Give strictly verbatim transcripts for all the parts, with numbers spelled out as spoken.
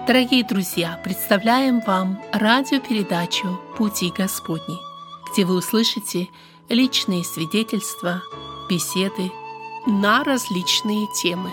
Дорогие друзья, представляем вам радиопередачу «Пути Господни», где вы услышите личные свидетельства, беседы на различные темы.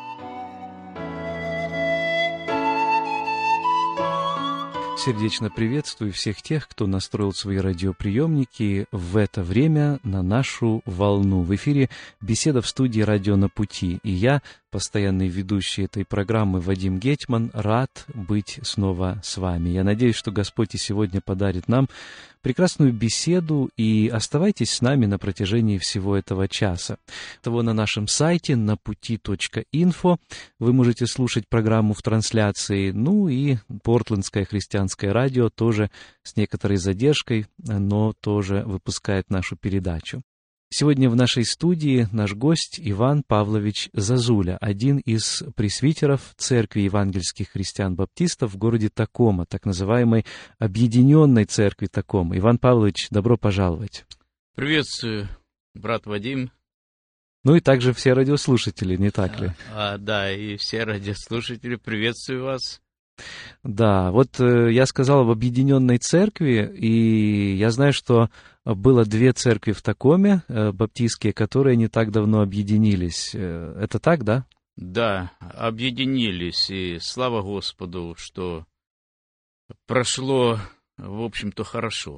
Сердечно приветствую всех тех, кто настроил свои радиоприемники в это время на нашу волну. В эфире беседа в студии «Радио на пути». И я, постоянный ведущий этой программы Вадим Гетман, рад быть снова с вами. Я надеюсь, что Господь и сегодня подарит нам прекрасную беседу, и оставайтесь с нами на протяжении всего этого часа. Того на нашем сайте на пути точка инфо вы можете слушать программу в трансляции, ну и Портлендское христианское радио тоже с некоторой задержкой, но тоже выпускает нашу передачу. Сегодня в нашей студии наш гость Иван Павлович Зазуля, один из пресвитеров Церкви евангельских христиан-баптистов в городе Такома, так называемой Объединенной Церкви Такома. Иван Павлович, добро пожаловать. Приветствую, брат Вадим. Ну и также все радиослушатели, не так ли? А, а, да, и все радиослушатели, приветствую вас. Да, вот э, я сказал об Объединенной Церкви, и я знаю, что было две церкви в Такоме, э, баптистские, которые не так давно объединились. Э, это так, да? Да, объединились, и слава Господу, что прошло, в общем-то, хорошо.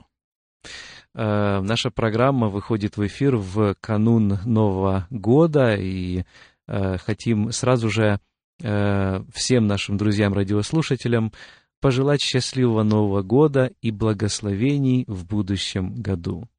Э, наша программа выходит в эфир в канун Нового года, и э, хотим сразу же всем нашим друзьям-радиослушателям пожелать счастливого Нового года и благословений в будущем году.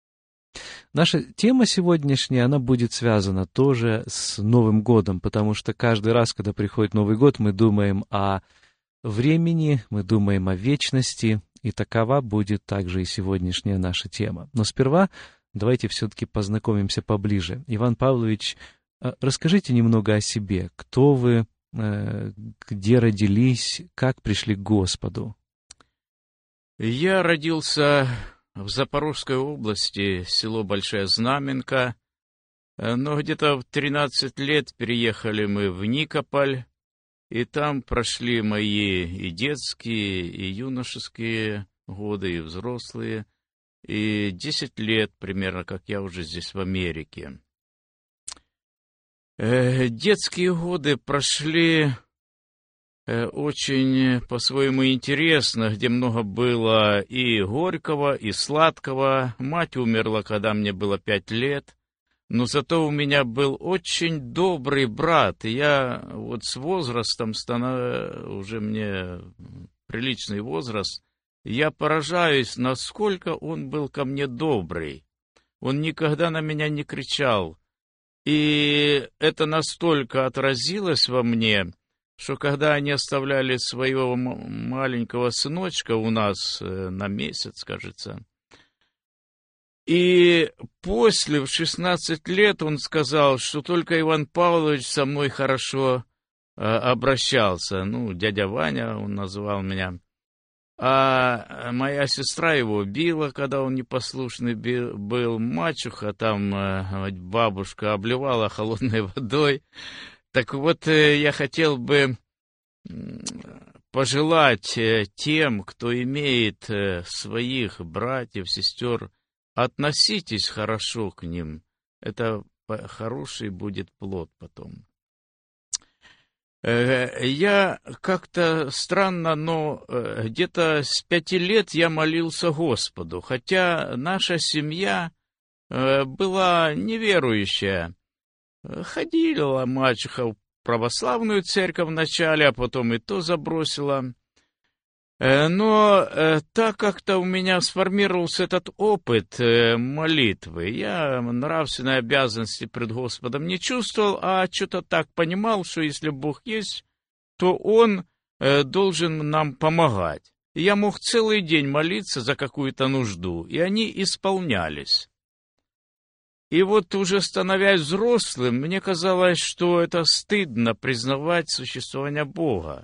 Наша тема сегодняшняя, она будет связана тоже с Новым годом, потому что каждый раз, когда приходит Новый год, мы думаем о времени, мы думаем о вечности, и такова будет также и сегодняшняя наша тема. Но сперва давайте все-таки познакомимся поближе. Иван Павлович, расскажите немного о себе. Кто вы, где родились, как пришли к Господу? Я родился в Запорожской области, село Большая Знаменка, но где-то в тринадцать лет переехали мы в Никополь, и там прошли мои и детские, и юношеские годы, и взрослые, и десять лет примерно, как я уже здесь в Америке. Детские годы прошли очень по-своему интересно, где много было и горького, и сладкого. Мать умерла, когда мне было пять лет, но зато у меня был очень добрый брат. И я вот с возрастом, станов... уже мне приличный возраст, я поражаюсь, насколько он был ко мне добрый. Он никогда на меня не кричал. И это настолько отразилось во мне, что когда они оставляли своего маленького сыночка у нас на месяц, кажется, и после, в шестнадцать лет, он сказал, что только Иван Павлович со мной хорошо обращался. Ну, дядя Ваня, он называл меня. А моя сестра его била, когда он непослушный был. Мачеха, там бабушка, обливала холодной водой. Так вот, я хотел бы пожелать тем, кто имеет своих братьев, сестер, относитесь хорошо к ним. Это хороший будет плод потом. Я как-то странно, но где-то с пяти лет я молился Господу, хотя наша семья была неверующая. Ходила мачеха в православную церковь вначале, а потом и то забросила. Но так как-то у меня сформировался этот опыт молитвы. Я нравственной обязанности пред Господом не чувствовал, а что-то так понимал, что если Бог есть, то Он должен нам помогать. И я мог целый день молиться за какую-то нужду, и они исполнялись. И вот уже становясь взрослым, мне казалось, что это стыдно признавать существование Бога.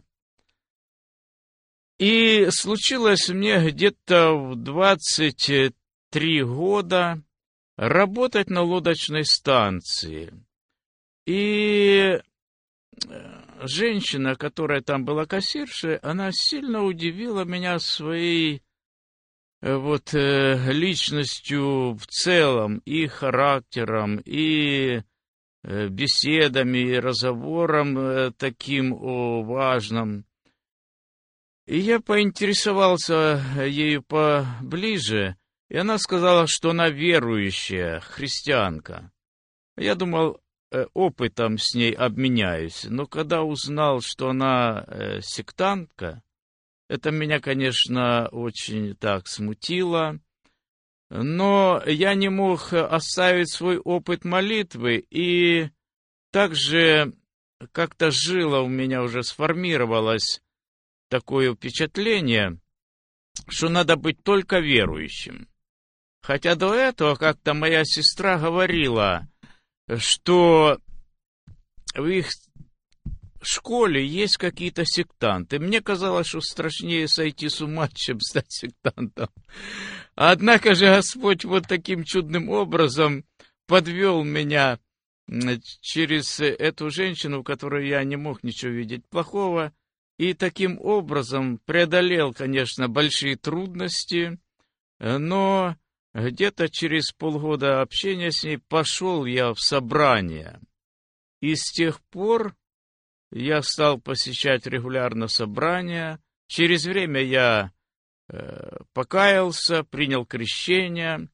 И случилось мне где-то в двадцать три года работать на лодочной станции. И женщина, которая там была кассиршей, она сильно удивила меня своей вот личностью в целом, и характером, и беседами, и разговором таким о важном. И я поинтересовался ею поближе, и она сказала, что она верующая, христианка. Я думал, опытом с ней обменяюсь, но когда узнал, что она сектантка, это меня, конечно, очень так смутило. Но я не мог оставить свой опыт молитвы, и также как-то жило у меня уже сформировалось такое впечатление, что надо быть только верующим. Хотя до этого как-то моя сестра говорила, что в их школе есть какие-то сектанты. Мне казалось, что страшнее сойти с ума, чем стать сектантом. Однако же Господь вот таким чудным образом подвел меня через эту женщину, в которой я не мог ничего видеть плохого, и таким образом преодолел, конечно, большие трудности, но где-то через полгода общения с ней пошел я в собрание. И с тех пор я стал посещать регулярно собрания. Через время я э, покаялся, принял крещение.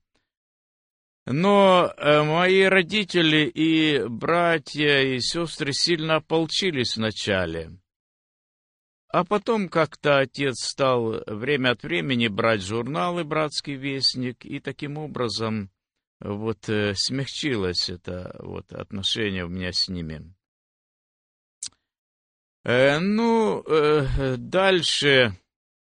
Но э, мои родители и братья и сестры сильно ополчились вначале. А потом как-то отец стал время от времени брать журналы «Братский вестник», и таким образом вот э, смягчилось это вот отношение у меня с ними. Э, ну, э, дальше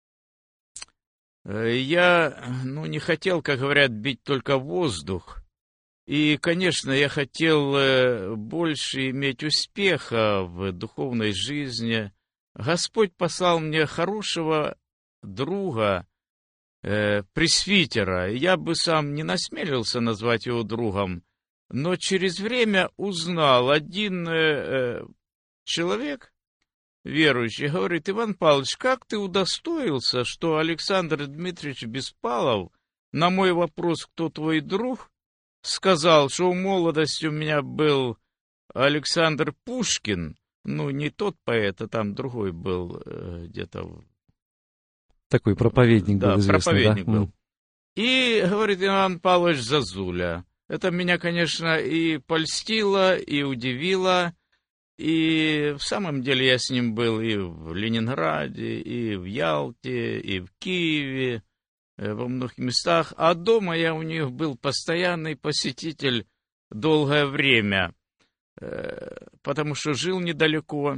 э, я, ну, не хотел, как говорят, бить только воздух. И, конечно, я хотел э, больше иметь успеха в духовной жизни. Господь послал мне хорошего друга, э, пресвитера. Я бы сам не насмелился назвать его другом, но через время узнал один э, человек, верующий, говорит: Иван Павлович, как ты удостоился, что Александр Дмитриевич Беспалов на мой вопрос, кто твой друг, сказал, что в молодости у меня был Александр Пушкин, ну, не тот поэт, а там другой был э, где-то. Такой проповедник да, был известный, проповедник да? был. И, говорит, Иван Павлович Зозуля. Это меня, конечно, и польстило, и удивило. И в самом деле я с ним был и в Ленинграде, и в Ялте, и в Киеве, во многих местах. А дома я у них был постоянный посетитель долгое время, потому что жил недалеко.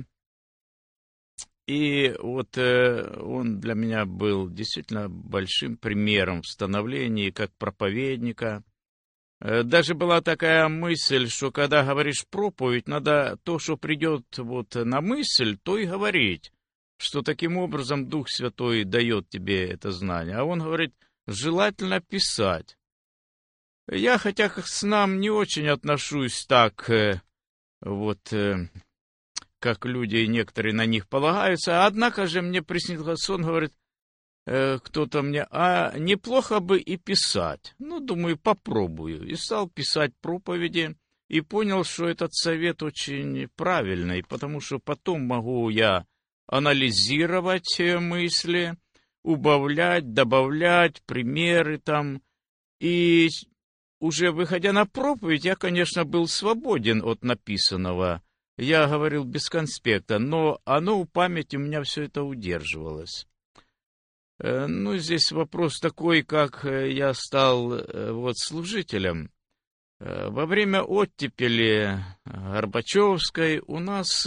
И вот он для меня был действительно большим примером в становлении как проповедника. Даже была такая мысль, что когда говоришь проповедь, надо то, что придет вот на мысль, то и говорить, что таким образом Дух Святой дает тебе это знание. А он говорит, желательно писать. Я, хотя к снам не очень отношусь так, вот, как люди некоторые на них полагаются, однако же мне приснился сон, говорит, кто-то мне, а неплохо бы и писать. Ну, думаю, попробую. И стал писать проповеди, и понял, что этот совет очень правильный, потому что потом могу я анализировать мысли, убавлять, добавлять, примеры там. И уже выходя на проповедь, я, конечно, был свободен от написанного. Я говорил без конспекта, но оно в памяти у меня все это удерживалось. Ну, здесь вопрос такой, как я стал вот служителем. Во время оттепели Горбачевской у нас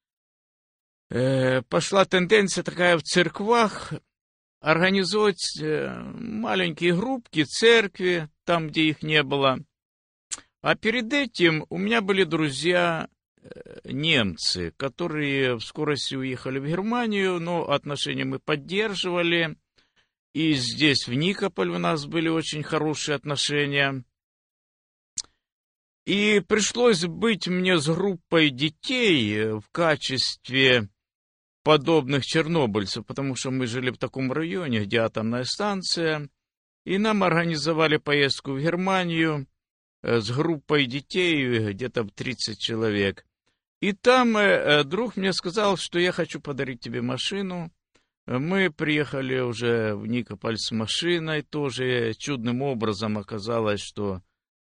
пошла тенденция такая в церквах организовать маленькие группки, церкви, там, где их не было. А перед этим у меня были друзья немцы, которые в скорости уехали в Германию, но отношения мы поддерживали. И здесь, в Никополь, у нас были очень хорошие отношения. И пришлось быть мне с группой детей в качестве подобных чернобыльцев, потому что мы жили в таком районе, где атомная станция, и нам организовали поездку в Германию с группой детей, где-то тридцать человек. И там друг мне сказал, что я хочу подарить тебе машину. Мы приехали уже в Никополь с машиной, тоже чудным образом оказалось, что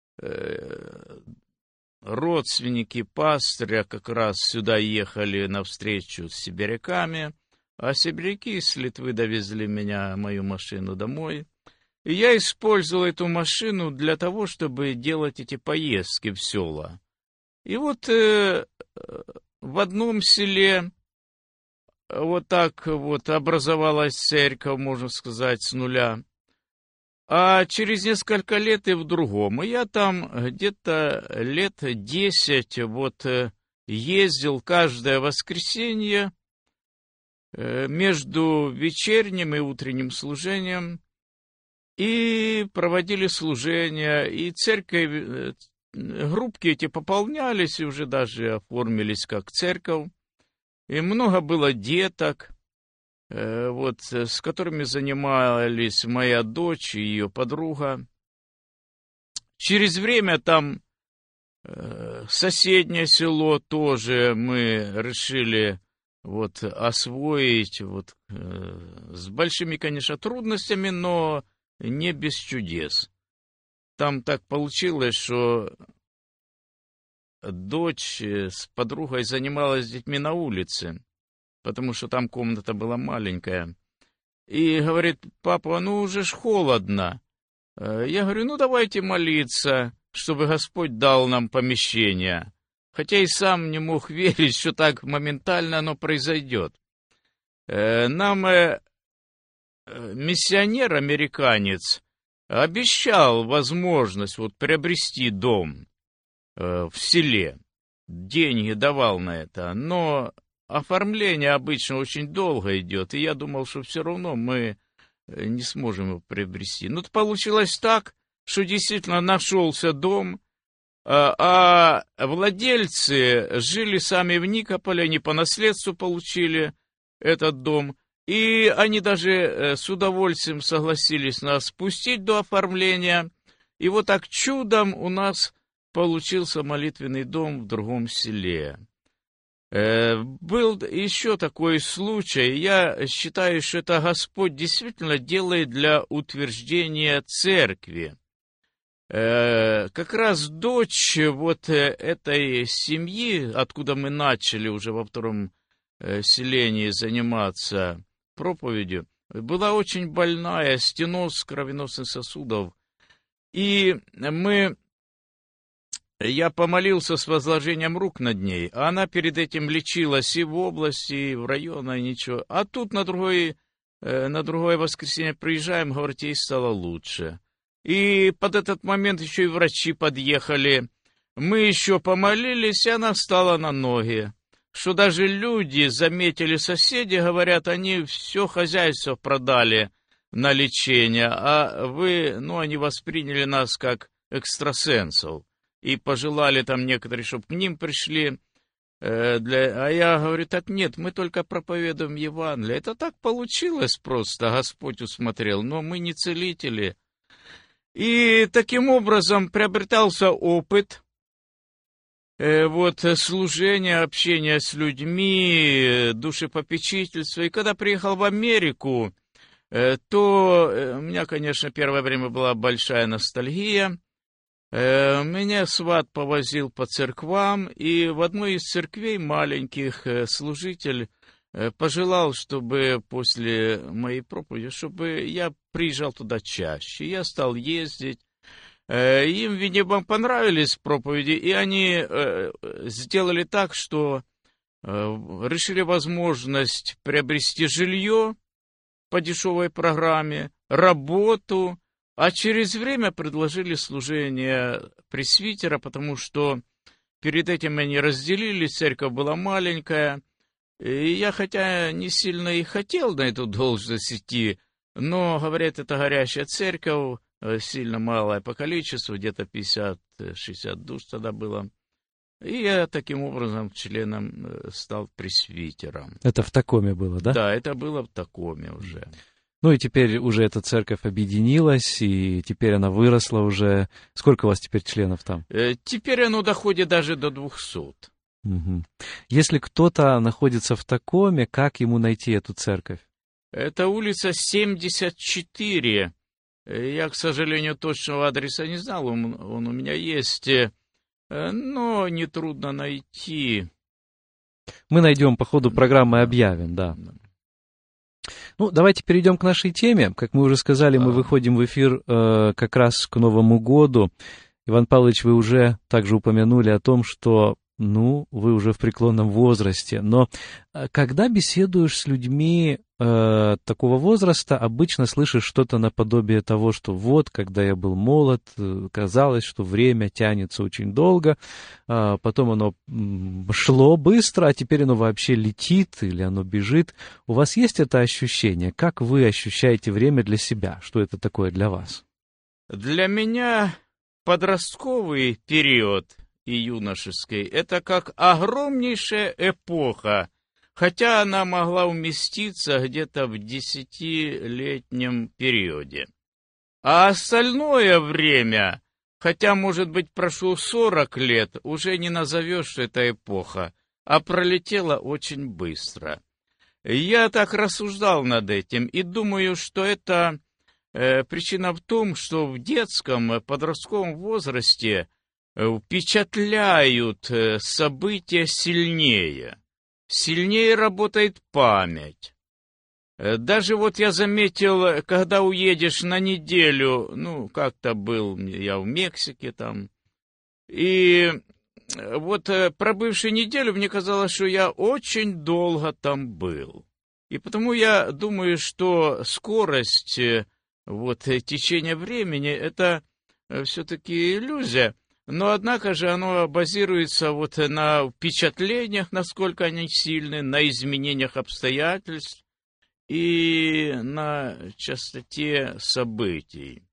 родственники пастыря как раз сюда ехали навстречу с сибиряками, а сибиряки с Литвы довезли меня, мою машину, домой. И я использовал эту машину для того, чтобы делать эти поездки в села. И вот э, в одном селе вот так вот образовалась церковь, можно сказать, с нуля. А через несколько лет и в другом. И я там где-то лет десять вот ездил каждое воскресенье между вечерним и утренним служением, и проводили служения, и церковь, группки эти пополнялись, и уже даже оформились как церковь. И много было деток, вот, с которыми занимались моя дочь и ее подруга. Через время там соседнее село тоже мы решили вот, освоить вот, с большими, конечно, трудностями, но не без чудес. Там так получилось, что дочь с подругой занималась с детьми на улице, потому что там комната была маленькая. И говорит: папа, ну уже ж холодно. Я говорю: ну давайте молиться, чтобы Господь дал нам помещение. Хотя и сам не мог верить, что так моментально оно произойдет. Нам миссионер, американец, обещал возможность вот приобрести дом в селе. Деньги давал на это, но оформление обычно очень долго идет, и я думал, что все равно мы не сможем его приобрести. Но получилось так, что действительно нашелся дом, а владельцы жили сами в Никополе, они по наследству получили этот дом, и они даже с удовольствием согласились нас спустить до оформления, и вот так чудом у нас получился молитвенный дом в другом селе. Был еще такой случай. Я считаю, что это Господь действительно делает для утверждения церкви. Как раз дочь вот этой семьи, откуда мы начали уже во втором селении заниматься проповедью, была очень больная, стеноз кровеносных сосудов. И мы... Я помолился с возложением рук над ней, а она перед этим лечилась и в области, и в районе, и ничего. А тут на, другой, на другое воскресенье приезжаем, говорит, ей стало лучше. И под этот момент еще и врачи подъехали. Мы еще помолились, и она встала на ноги. Что даже люди заметили, соседи, говорят, они все хозяйство продали на лечение, а вы, ну, они восприняли нас как экстрасенсов. И пожелали там некоторые, чтобы к ним пришли. Э, для... А я говорю: так нет, мы только проповедуем Евангелие. Это так получилось просто, Господь усмотрел, но мы не целители. И таким образом приобретался опыт э, вот, служения, общения с людьми, душепопечительства. И когда приехал в Америку, э, то э, у меня, конечно, первое время была большая ностальгия. Меня сват повозил по церквам, и в одной из церквей маленьких служитель пожелал, чтобы после моей проповеди, чтобы я приезжал туда чаще. Я стал ездить. Им, видимо, понравились проповеди, и они сделали так, что решили возможность приобрести жилье по дешевой программе, работу. А через время предложили служение пресвитера, потому что перед этим они разделились, церковь была маленькая. И я, хотя не сильно и хотел на эту должность идти, но, говорят, это горящая церковь, сильно малая по количеству, где-то пятьдесят шестьдесят душ тогда было. И я таким образом членом стал пресвитером. Это в Такоме было, да? Да, это было в Такоме уже. Ну и теперь уже эта церковь объединилась, и теперь она выросла уже. Сколько у вас теперь членов там? Теперь оно доходит даже до двухсот. Угу. Если кто-то находится в Такоме, как ему найти эту церковь? Это улица семьдесят четыре. Я, к сожалению, точного адреса не знал, он, он у меня есть, но нетрудно найти. Мы найдем по ходу программы и объявим, да. Ну, давайте перейдем к нашей теме. Как мы уже сказали, мы выходим в эфир э, как раз к Новому году. Иван Павлович, вы уже также упомянули о том, что, ну, вы уже в преклонном возрасте. Но когда беседуешь с людьми э, такого возраста, обычно слышишь что-то наподобие того, что вот, когда я был молод, казалось, что время тянется очень долго, э, потом оно шло быстро, а теперь оно вообще летит или оно бежит. У вас есть это ощущение? Как вы ощущаете время для себя? Что это такое для вас? Для меня подростковый период и юношеский — это как огромнейшая эпоха, хотя она могла уместиться где-то в десятилетнем периоде. А остальное время, хотя, может быть, прошло сорок лет, уже не назовешь, что это эпоха, а пролетела очень быстро. Я так рассуждал над этим и думаю, что это э, причина в том, что в детском, подростковом возрасте впечатляют события сильнее. Сильнее работает память. Даже вот я заметил, когда уедешь на неделю, ну, как-то был я в Мексике там, и вот пробывши неделю, мне казалось, что я очень долго там был. И потому я думаю, что скорость вот, течения времени — это все-таки иллюзия. Но, однако же, оно базируется вот на впечатлениях, насколько они сильны, на изменениях обстоятельств и на частоте событий.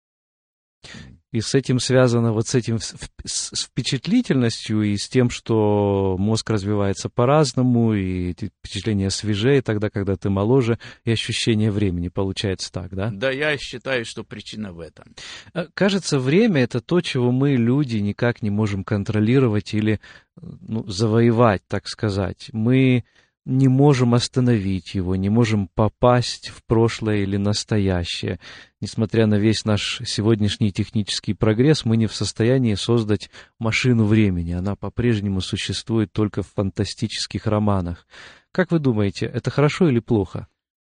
И с этим связано, вот с этим, с впечатлительностью и с тем, что мозг развивается по-разному, и эти впечатления свежее тогда, когда ты моложе, и ощущение времени получается так, да? Да, я считаю, что причина в этом. Кажется, время — это то, чего мы, люди, никак не можем контролировать или, ну, завоевать, так сказать. Мы не можем остановить его, не можем попасть в прошлое или настоящее. Несмотря на весь наш сегодняшний технический прогресс, мы не в состоянии создать машину времени. Она по-прежнему существует только в фантастических романах. Как вы думаете, это хорошо или плохо?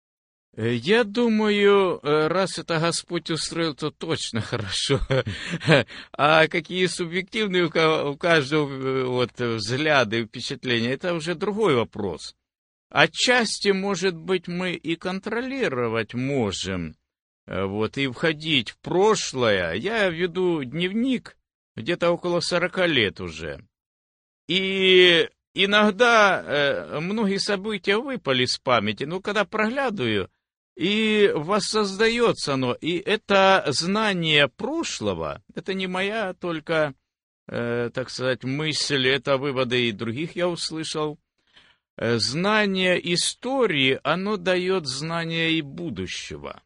Я думаю, раз это Господь устроил, то точно хорошо. А какие субъективные у каждого вот, взгляды и впечатления, это уже другой вопрос. Отчасти, может быть, мы и контролировать можем, вот, и входить в прошлое. Я веду дневник где-то около сорока лет уже. И иногда э, многие события выпали с памяти, но когда проглядываю, и воссоздается оно. И это знание прошлого, это не моя только, э, так сказать, мысль, это выводы и других я услышал. Знание истории, оно дает знание и будущего.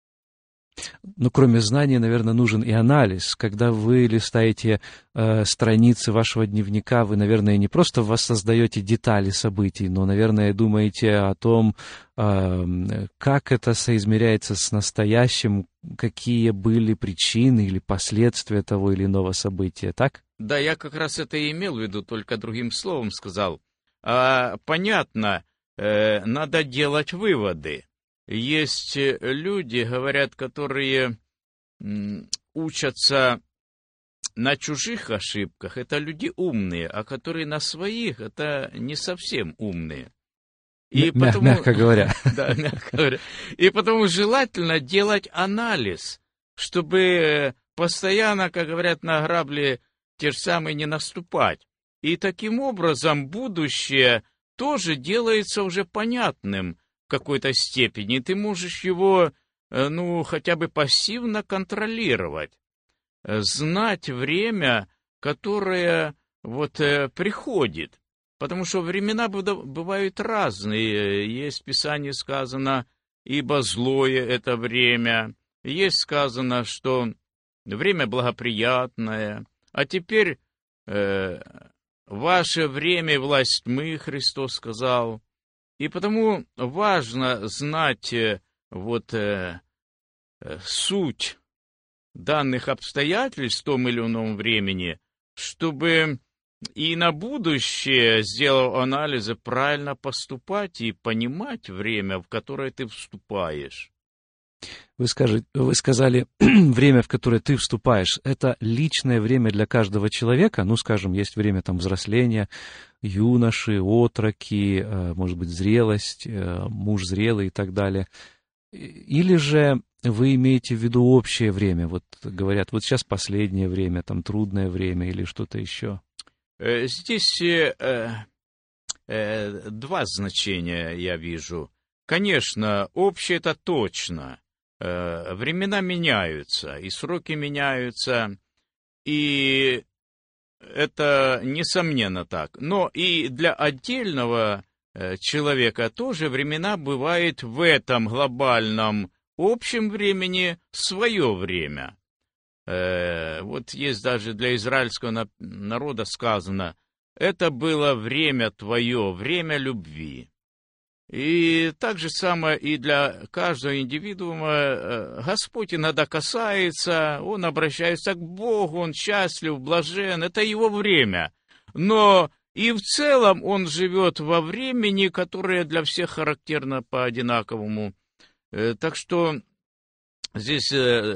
Но кроме знания, наверное, нужен и анализ. Когда вы листаете э, страницы вашего дневника, вы, наверное, не просто воссоздаете детали событий, но, наверное, думаете о том, э, как это соизмеряется с настоящим, какие были причины или последствия того или иного события, так? Да, я как раз это и имел в виду, только другим словом сказал. А, понятно, э, надо делать выводы. Есть люди, говорят, которые м, учатся на чужих ошибках, это люди умные, а которые на своих, это не совсем умные. И Мя- потому, мягко говоря. Да, мягко говоря. И потому желательно делать анализ, чтобы постоянно, как говорят, на грабли те же самые не наступать. И таким образом будущее тоже делается уже понятным в какой-то степени. Ты можешь его, ну, хотя бы пассивно контролировать. знать время, которое вот приходит. Потому что времена бывают разные. Есть в Писании сказано, ибо злое это время. Есть сказано, что время благоприятное. А теперь э, ваше время и власть тьмы, Христос сказал. И потому важно знать э, вот э, суть данных обстоятельств в том или ином времени, чтобы и на будущее, сделав анализы, правильно поступать и понимать время, в которое ты вступаешь. Вы, скажете, вы сказали, время, в которое ты вступаешь, это личное время для каждого человека? Ну, скажем, есть время там взросления, юноши, отроки, может быть, зрелость, муж зрелый и так далее. Или же вы имеете в виду общее время? Вот говорят, вот сейчас последнее время, там трудное время или что-то еще? Здесь э, э, два значения я вижу. Конечно, общее это точно. Э, времена меняются, и сроки меняются, и это несомненно так. Но и для отдельного э, человека тоже времена бывают в этом глобальном общем времени свое время. Вот есть даже для израильского народа сказано, это было время твое, время любви. И так же самое и для каждого индивидуума. Господь иногда касается, он обращается к Богу, он счастлив, блажен, это его время. Но и в целом он живет во времени, которое для всех характерно по-одинаковому. Так что здесь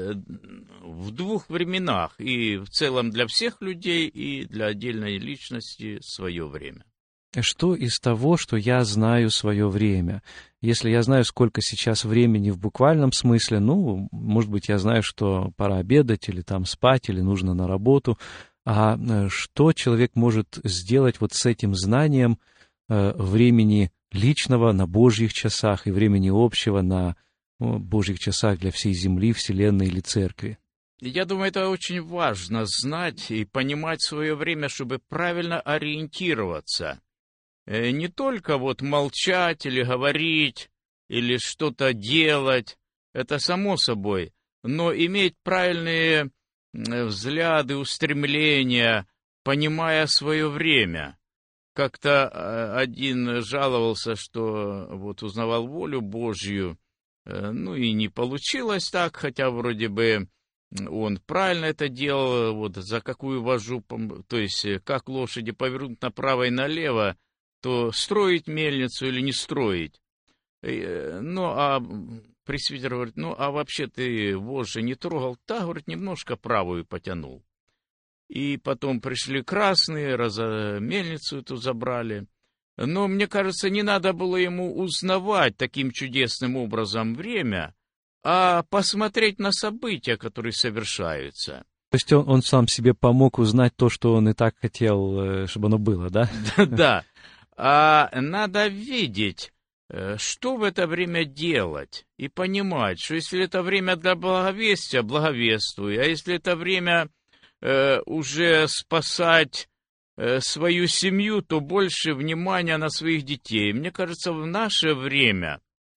в двух временах, и в целом для всех людей, и для отдельной личности свое время. Что из того, что я знаю свое время? Если я знаю, сколько сейчас времени в буквальном смысле, ну, может быть, я знаю, что пора обедать, или там спать, или нужно на работу. А что человек может сделать вот с этим знанием времени личного на Божьих часах и времени общего на Божьих часах для всей земли, вселенной или церкви? Я думаю, это очень важно знать и понимать свое время, чтобы правильно ориентироваться. Не только вот молчать или говорить, или что-то делать, это само собой, но иметь правильные взгляды, устремления, понимая свое время. Как-то один жаловался, что вот узнавал волю Божью, ну и не получилось так, хотя вроде бы он правильно это делал, вот за какую вожу, то есть как лошади повернут направо и налево, то строить мельницу или не строить. Ну, а пресвитер говорит, ну, а вообще ты вожжи не трогал? Да, говорит, немножко правую потянул. И потом пришли красные, раз мельницу эту забрали. Но, мне кажется, не надо было ему узнавать таким чудесным образом время, а посмотреть на события, которые совершаются. То есть он, он сам себе помог узнать то, что он и так хотел, чтобы оно было, да? Да. А надо видеть, что в это время делать, и понимать, что если это время для благовестия, благовествуй, а если это время э, уже спасать э, свою семью, то больше внимания на своих детей. Мне кажется, в наше время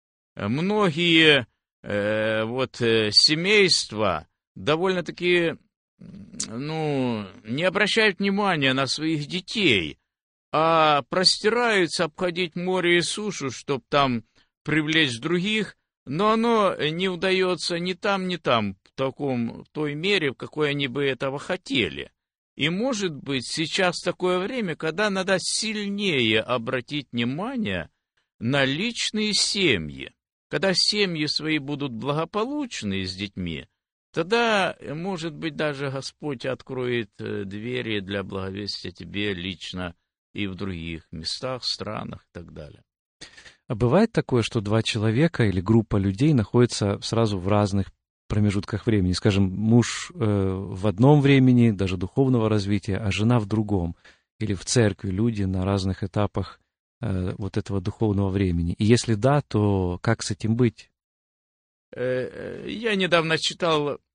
многие э, вот, э, семейства довольно-таки ну, не обращают внимания на своих детей, а простираются обходить море и сушу, чтобы там привлечь других, но оно не удается ни там, ни там в, таком, в той мере, в какой они бы этого хотели. И, может быть, сейчас такое время, когда надо сильнее обратить внимание на личные семьи. Когда семьи свои будут благополучные с детьми, тогда, может быть, даже Господь откроет двери для благовестия тебе лично, и в других местах, странах и так далее. А бывает такое, что два человека или группа людей находятся сразу в разных промежутках времени? Скажем, муж э, в одном времени, даже духовного развития, а жена в другом. Или в церкви люди на разных этапах э, вот этого духовного времени. И если да, то как с этим быть? Я недавно читал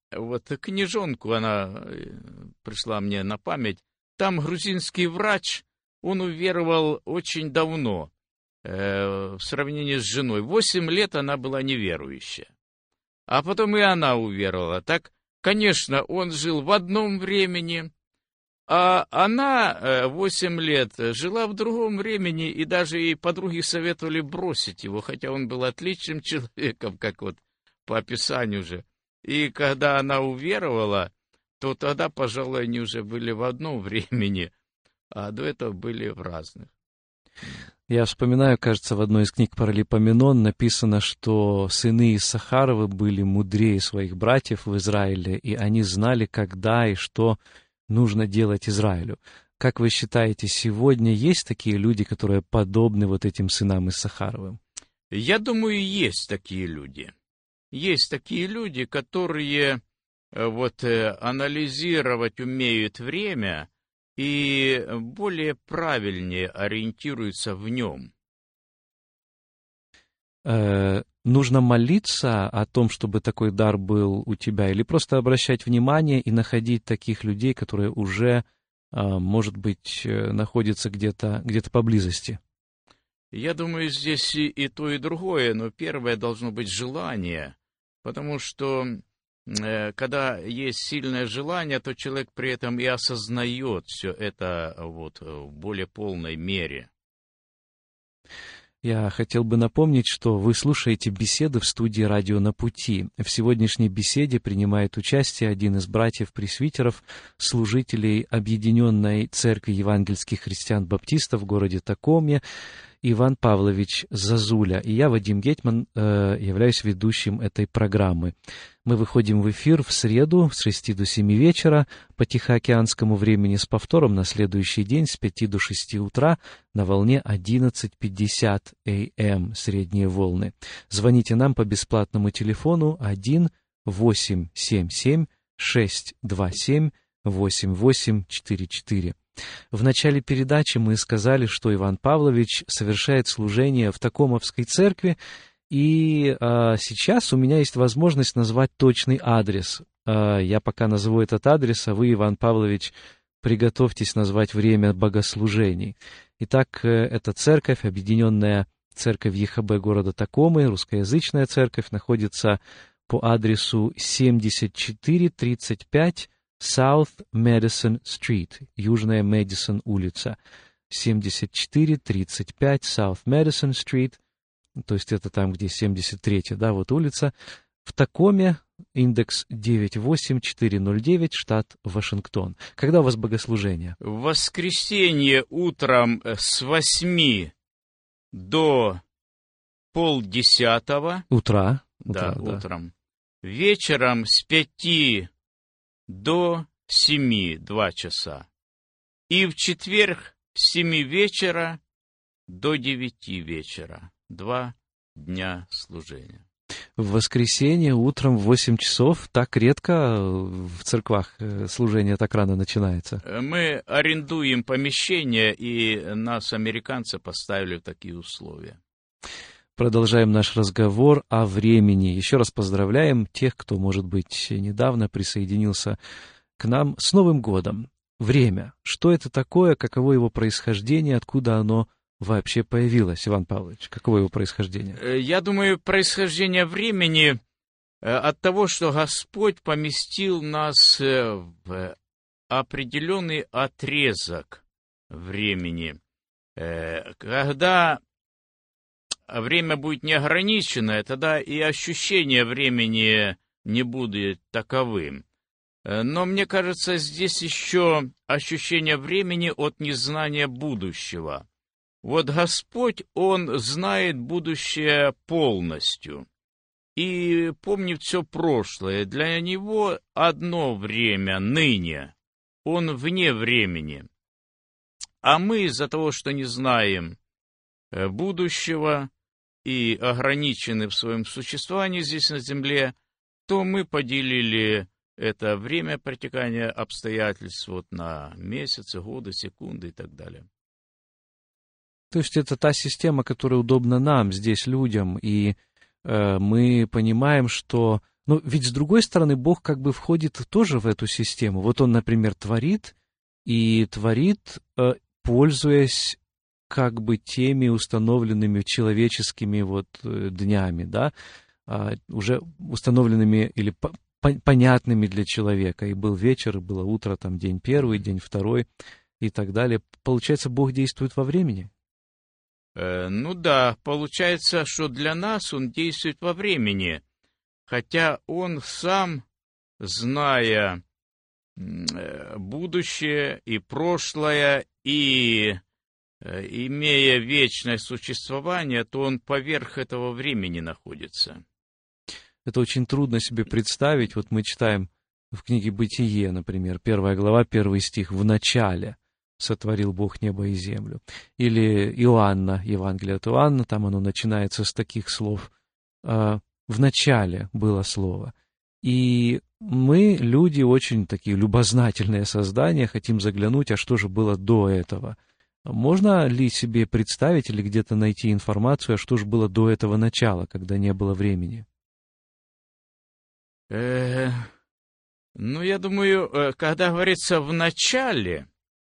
вот книжонку, она пришла мне на память. Там грузинский врач, он уверовал очень давно, э, в сравнении с женой. Восемь лет она была неверующая. А потом и она уверовала. Так, конечно, он жил в одном времени, а она восемь лет жила в другом времени, и даже ей подруги советовали бросить его, хотя он был отличным человеком, как вот по описанию же. И когда она уверовала, то тогда, пожалуй, они уже были в одном времени, а до этого были в разных. Я вспоминаю, кажется, в одной из книг Паралипоменон написано, что сыны Иссахаровы были мудрее своих братьев в Израиле, и они знали, когда и что нужно делать Израилю. Как вы считаете, сегодня есть такие люди, которые подобны вот этим сынам Иссахаровым? Я думаю, есть такие люди. Есть такие люди, которые вот анализировать умеют время и более правильнее ориентируются в нем. Э, нужно молиться о том, чтобы такой дар был у тебя, или просто обращать внимание и находить таких людей, которые уже, может быть, находятся где-то, где-то поблизости? Я думаю, здесь и, и то, и другое, но первое должно быть желание, потому что э, когда есть сильное желание, то человек при этом и осознает все это вот, в более полной мере. Я хотел бы напомнить, что вы слушаете беседы в студии «Радио на пути». В сегодняшней беседе принимает участие один из братьев-пресвитеров, служителей Объединенной Церкви Евангельских Христиан-Баптистов в городе Такоме, Иван Павлович Зазуля. И я, Вадим Гетман, э, являюсь ведущим этой программы. Мы выходим в эфир в среду с шести до семи вечера по Тихоокеанскому времени, с повтором на следующий день с пяти до шести утра на волне одиннадцать пятьдесят эй эм, средние волны. Звоните нам по бесплатному телефону один восемь семь семь шесть два семь восемь восемь четыре четыре. В начале передачи мы сказали, что Иван Павлович совершает служение в Такомовской церкви, и а, сейчас у меня есть возможность назвать точный адрес. А, я пока назову этот адрес, а вы, Иван Павлович, приготовьтесь назвать время богослужений. Итак, эта церковь, Объединенная Церковь ЕХБ города Такомы, русскоязычная церковь, находится по адресу семьдесят четыре тридцать пять South Madison Street, Южная Мэдисон улица, семьдесят четыре тридцать пять South Madison Street, то есть это там, где семьдесят третья, да, вот улица, в Такоме, индекс девять восемь четыре ноль девять, штат Вашингтон. Когда у вас богослужение? В воскресенье утром с восьми до полдесятого. Утра? Да, утра, да, утром. Вечером с пяти до семи, два часа. И в четверг с семи вечера до девяти вечера. Два дня служения. В воскресенье утром в восемь часов, так редко в церквах служение так рано начинается. Мы арендуем помещение, и нас, американцы, поставили в такие условия. Продолжаем наш разговор о времени. Еще раз поздравляем тех, кто, может быть, недавно присоединился к нам с Новым годом. Время. Что это такое, каково его происхождение, откуда оно вообще появилось, Иван Павлович? Каково его происхождение? Я думаю, происхождение времени от того, что Господь поместил нас в определенный отрезок времени. Когда время будет неограниченное, тогда и ощущение времени не будет таковым. Но мне кажется, здесь еще ощущение времени от незнания будущего. Вот Господь, Он знает будущее полностью и помнит все прошлое. Для Него одно время, ныне. Он вне времени. А мы из-за того, что не знаем будущего и ограничены в своем существовании здесь на земле, то мы поделили это время протекания обстоятельств вот на месяцы, годы, секунды и так далее. То есть это та система, которая удобна нам, здесь, людям, и э, мы понимаем, что Но ведь, с другой стороны, Бог как бы входит тоже в эту систему. Вот Он, например, творит, и творит, пользуясь как бы теми установленными человеческими вот днями, да, уже установленными или понятными для человека. И был вечер, и было утро, там день первый, день второй и так далее. Получается, Бог действует во времени? Э, ну да, получается, что для нас Он действует во времени, хотя Он сам, зная будущее и прошлое, и имея вечное существование, то Он поверх этого времени находится. Это очень трудно себе представить. Вот мы читаем в книге «Бытие», например, первая глава, первый стих: «В начале сотворил Бог небо и землю». Или Иоанна, Евангелие от Иоанна, там оно начинается с таких слов: «В начале было Слово». И мы, люди, очень такие любознательные создания, хотим заглянуть, а что же было до этого. Можно ли себе представить или где-то найти информацию, а что же было до этого начала, когда не было времени? Э, ну, я думаю, когда говорится «в начале»,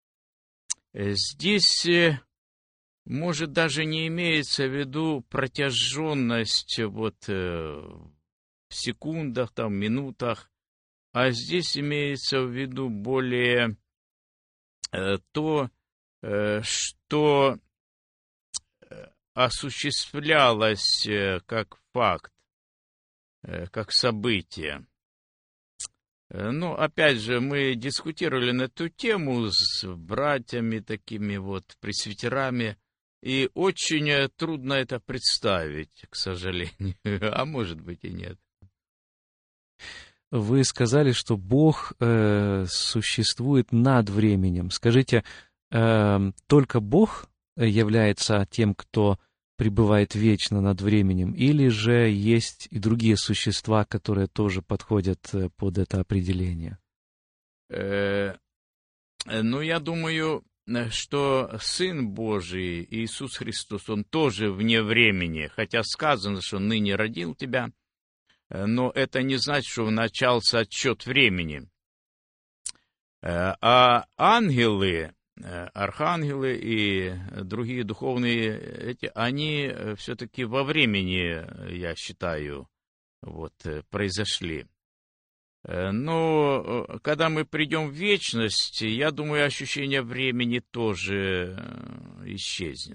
здесь, может, даже не имеется в виду протяженность вот в секундах, там, минутах, а здесь имеется в виду более то, что осуществлялось как факт, как событие. Ну, опять же, мы дискутировали на эту тему с братьями такими вот, пресвитерами, и очень трудно это представить, к сожалению, а может быть и нет. Вы сказали, что Бог э, существует над временем. Скажите, э, только Бог является тем, кто пребывает вечно над временем, или же есть и другие существа, которые тоже подходят под это определение? Э, ну, я думаю, что Сын Божий, Иисус Христос, Он тоже вне времени, хотя сказано, что ныне родил тебя, но это не значит, что начался отсчет времени. А ангелы, архангелы и другие духовные, эти, они все-таки во времени, я считаю, вот, произошли. Но когда мы придем в вечность, я думаю, ощущение времени тоже исчезнет.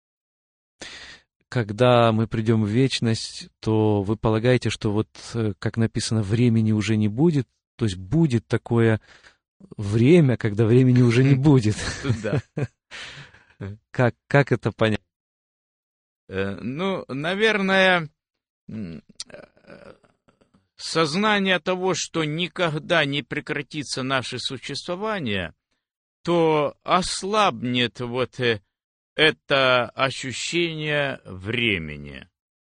Когда мы придем в вечность, то вы полагаете, что вот, как написано, времени уже не будет? То есть будет такое время, когда времени уже не будет? Да. Как, как это понять? Ну, наверное, сознание того, что никогда не прекратится наше существование, то ослабнет вот это ощущение времени.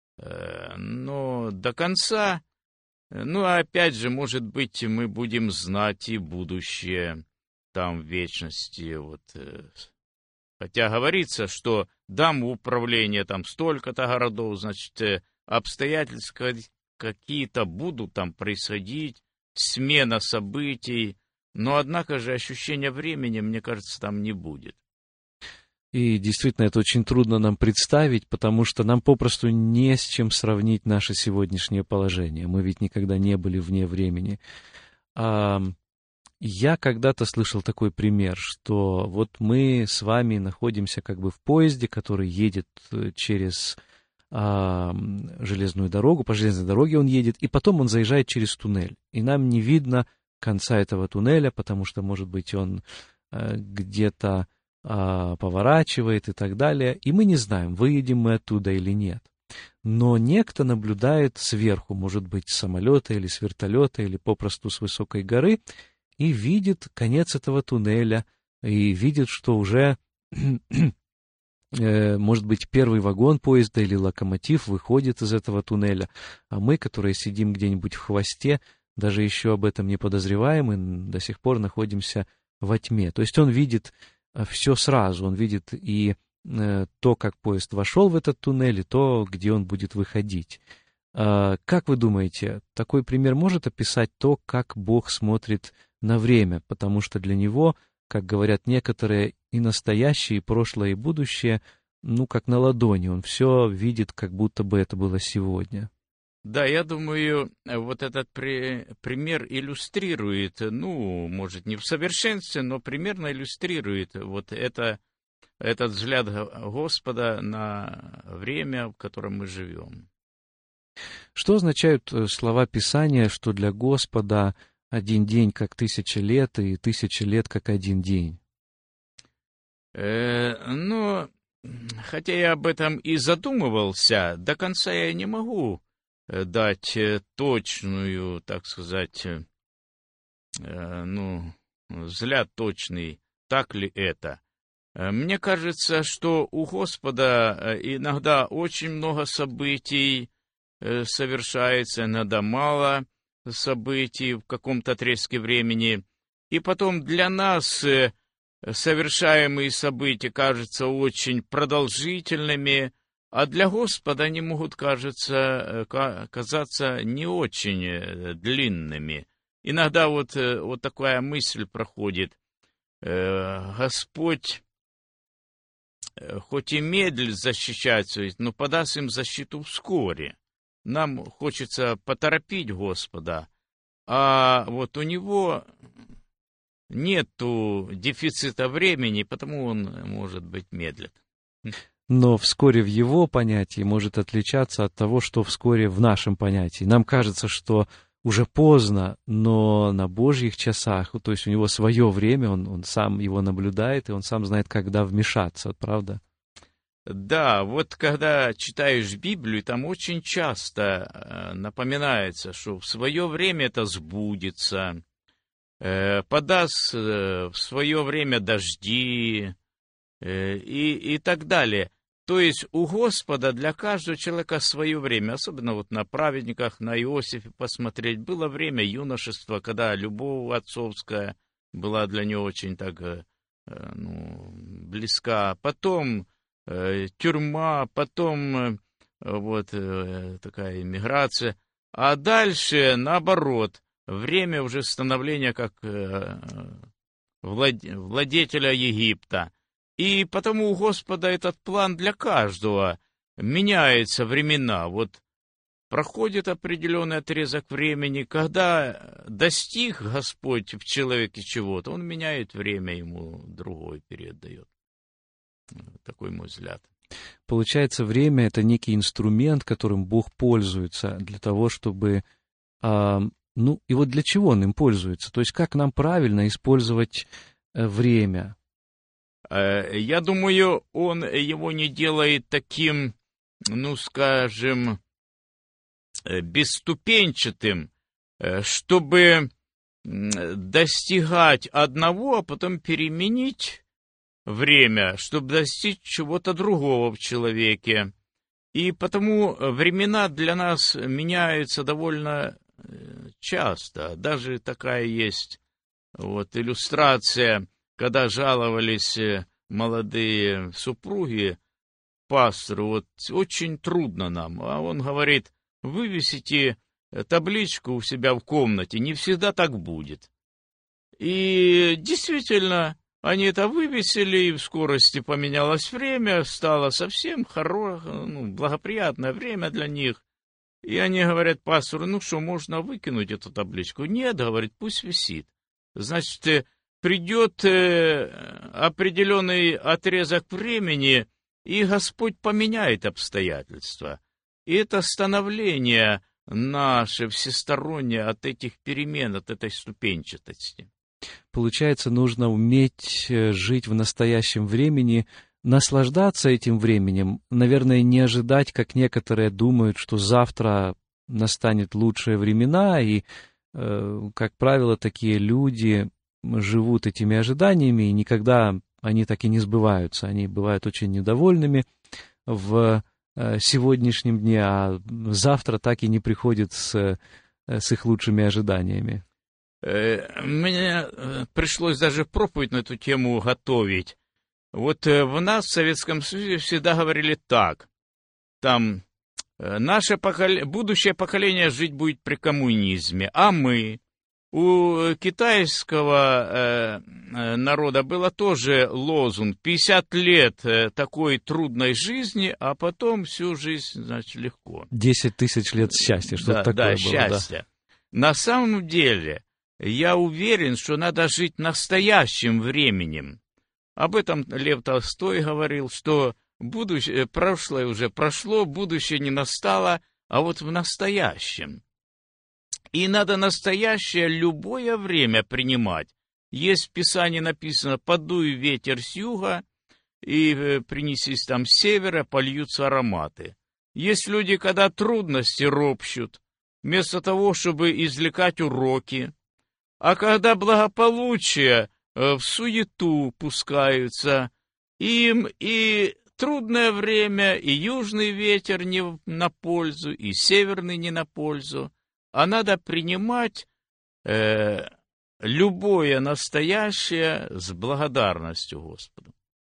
Но до конца, ну, опять же, может быть, мы будем знать и будущее там в вечности. Вот. Хотя говорится, что дам в управление там столько-то городов, значит, обстоятельства какие-то будут там происходить, смена событий, но, однако же, ощущения времени, мне кажется, там не будет. И действительно, это очень трудно нам представить, потому что нам попросту не с чем сравнить наше сегодняшнее положение. Мы ведь никогда не были вне времени. Я когда-то слышал такой пример, что вот мы с вами находимся как бы в поезде, который едет через железную дорогу, по железной дороге он едет, и потом он заезжает через туннель. И нам не видно конца этого туннеля, потому что, может быть, он где-то поворачивает и так далее, и мы не знаем, выедем мы оттуда или нет. Но некто наблюдает сверху, может быть, с самолета или с вертолета, или попросту с высокой горы, и видит конец этого туннеля, и видит, что уже, может быть, первый вагон поезда или локомотив выходит из этого туннеля, а мы, которые сидим где-нибудь в хвосте, даже еще об этом не подозреваем, и до сих пор находимся во тьме. То есть он видит все сразу, он видит и то, как поезд вошел в этот туннель, и то, где он будет выходить. Как вы думаете, такой пример может описать то, как Бог смотрит на время? Потому что для Него, как говорят некоторые, и настоящее, и прошлое, и будущее, ну, как на ладони. Он все видит, как будто бы это было сегодня. Да, я думаю, вот этот при, пример иллюстрирует, ну, может, не в совершенстве, но примерно иллюстрирует вот это, этот взгляд Господа на время, в котором мы живем. Что означают слова Писания, что для Господа один день как тысяча лет, и тысяча лет как один день? Э, ну, хотя я об этом и задумывался, до конца я не могу дать точную, так сказать, э, ну, взгляд точный, так ли это. Мне кажется, что у Господа иногда очень много событий совершается, иногда мало событий в каком-то отрезке времени. И потом для нас совершаемые события кажутся очень продолжительными, а для Господа они могут кажется, казаться не очень длинными. Иногда вот, вот такая мысль проходит. Господь хоть и медлит защищать своих, но подаст им защиту вскоре. Нам хочется поторопить Господа, а вот у Него нету дефицита времени, потому Он, может быть, медлит. Но вскоре в Его понятии может отличаться от того, что вскоре в нашем понятии. Нам кажется, что уже поздно, но на Божьих часах, то есть у Него свое время, Он, он сам его наблюдает, и Он сам знает, когда вмешаться, правда? Да, вот когда читаешь Библию, там очень часто напоминается, что в свое время это сбудется, подаст в свое время дожди и, и так далее. То есть у Господа для каждого человека свое время, особенно вот на праведниках, на Иосифе посмотреть, было время юношества, когда любовь отцовская была для него очень так, ну, близка. Потом тюрьма, потом вот такая иммиграция. А дальше, наоборот, время уже становления как владетеля Египта. И потому у Господа этот план для каждого меняется времена. Вот проходит определенный отрезок времени, когда достиг Господь в человеке чего-то, Он меняет время, ему другой период дает. Такой мой взгляд. Получается, время — это некий инструмент, которым Бог пользуется для того, чтобы... А, ну, и вот для чего Он им пользуется? То есть, как нам правильно использовать время? Я думаю, Он его не делает таким, ну, скажем, бесступенчатым, чтобы достигать одного, а потом переменить время, чтобы достичь чего-то другого в человеке. И потому времена для нас меняются довольно часто. Даже такая есть вот иллюстрация, когда жаловались молодые супруги пастору, вот очень трудно нам. А он говорит, вывесите табличку у себя в комнате, не всегда так будет. И действительно, они это вывесили, и в скорости поменялось время, стало совсем хорошее, ну, благоприятное время для них. И они говорят пастору, ну что, можно выкинуть эту табличку? Нет, говорит, пусть висит. Значит, придет определенный отрезок времени, и Господь поменяет обстоятельства. И это становление наше всестороннее от этих перемен, от этой ступенчатости. Получается, нужно уметь жить в настоящем времени, наслаждаться этим временем, наверное, не ожидать, как некоторые думают, что завтра настанет лучшие времена, и, э, как правило, такие люди живут этими ожиданиями, и никогда они так и не сбываются. Они бывают очень недовольными в сегодняшнем дне, а завтра так и не приходит с, с их лучшими ожиданиями. Мне пришлось даже проповедь на эту тему готовить. Вот в нас, в Советском Союзе, всегда говорили так. Там наше покол... будущее поколение жить будет при коммунизме, а мы... У китайского э, народа было тоже лозунг пятьдесят лет такой трудной жизни, а потом всю жизнь, значит, легко. десять тысяч лет счастья, что-то да, такое да, было. Счастья. Да. На самом деле, я уверен, что надо жить настоящим временем. Об этом Лев Толстой говорил, что будущее, прошлое уже прошло, будущее не настало, а вот в настоящем. И надо настоящее любое время принимать. Есть в Писании написано: «Подуй ветер с юга, и принесись там с севера, польются ароматы». Есть люди, когда трудности ропщут, вместо того, чтобы извлекать уроки. А когда благополучие, в суету пускаются, им и трудное время, и южный ветер не на пользу, и северный не на пользу. А надо принимать э, любое настоящее с благодарностью Господу.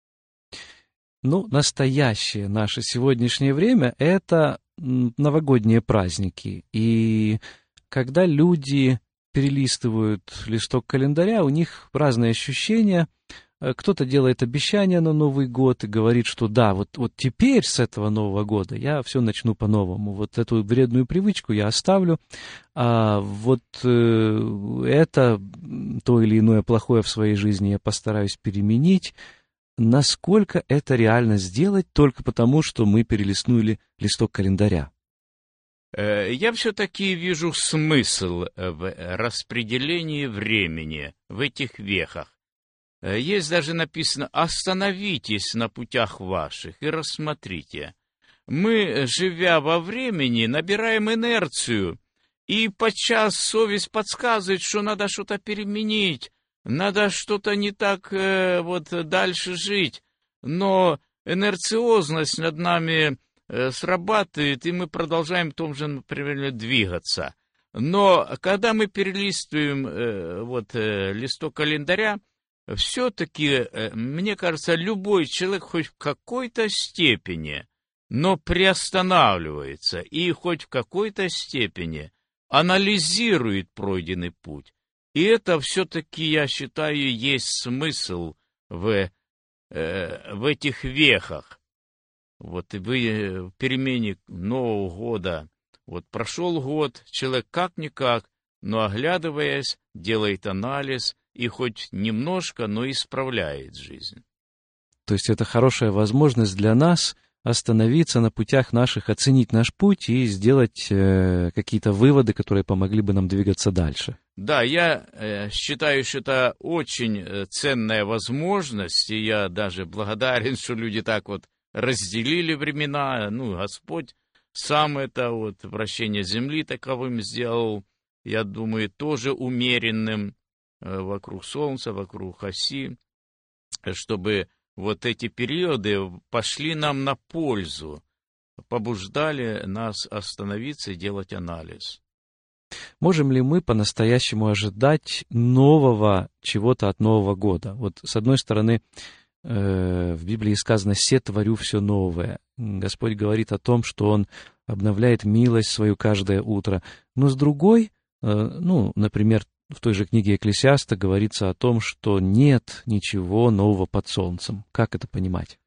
Ну, настоящее наше сегодняшнее время — это новогодние праздники. И когда люди перелистывают листок календаря, у них разные ощущения. Кто-то делает обещания на Новый год и говорит, что да, вот, вот теперь с этого Нового года я все начну по-новому. Вот эту вредную привычку я оставлю, а вот э, это, то или иное плохое в своей жизни я постараюсь переменить. Насколько это реально сделать только потому, что мы перелистнули листок календаря? Я все-таки вижу смысл в распределении времени в этих вехах. Есть даже написано: «Остановитесь на путях ваших и рассмотрите». Мы, живя во времени, набираем инерцию, и подчас совесть подсказывает, что надо что-то переменить, надо что-то не так э, вот дальше жить. Но инерциозность над нами э, срабатывает, и мы продолжаем в том же направлении двигаться. Но когда мы перелистываем э, вот, э, листок календаря, все-таки, мне кажется, любой человек хоть в какой-то степени, но приостанавливается и хоть в какой-то степени анализирует пройденный путь. И это все-таки, я считаю, есть смысл в, э, в этих вехах. Вот и в перемене Нового года. Вот прошел год, человек как-никак, но, оглядываясь, делает анализ, и хоть немножко, но исправляет жизнь. То есть это хорошая возможность для нас остановиться на путях наших, оценить наш путь и сделать э, какие-то выводы, которые помогли бы нам двигаться дальше. Да, я э, считаю, что это очень ценная возможность, и я даже благодарен, что люди так вот разделили времена. Ну, Господь сам это вот вращение земли таковым сделал, я думаю, тоже умеренным, вокруг Солнца, вокруг оси, чтобы вот эти периоды пошли нам на пользу, побуждали нас остановиться и делать анализ. Можем ли мы по-настоящему ожидать нового чего-то от Нового года? Вот с одной стороны, в Библии сказано: «Се творю все новое». Господь говорит о том, что Он обновляет милость свою каждое утро. Но с другой, ну, например, в той же книге Экклесиаста говорится о том, что нет ничего нового под солнцем. Как это понимать?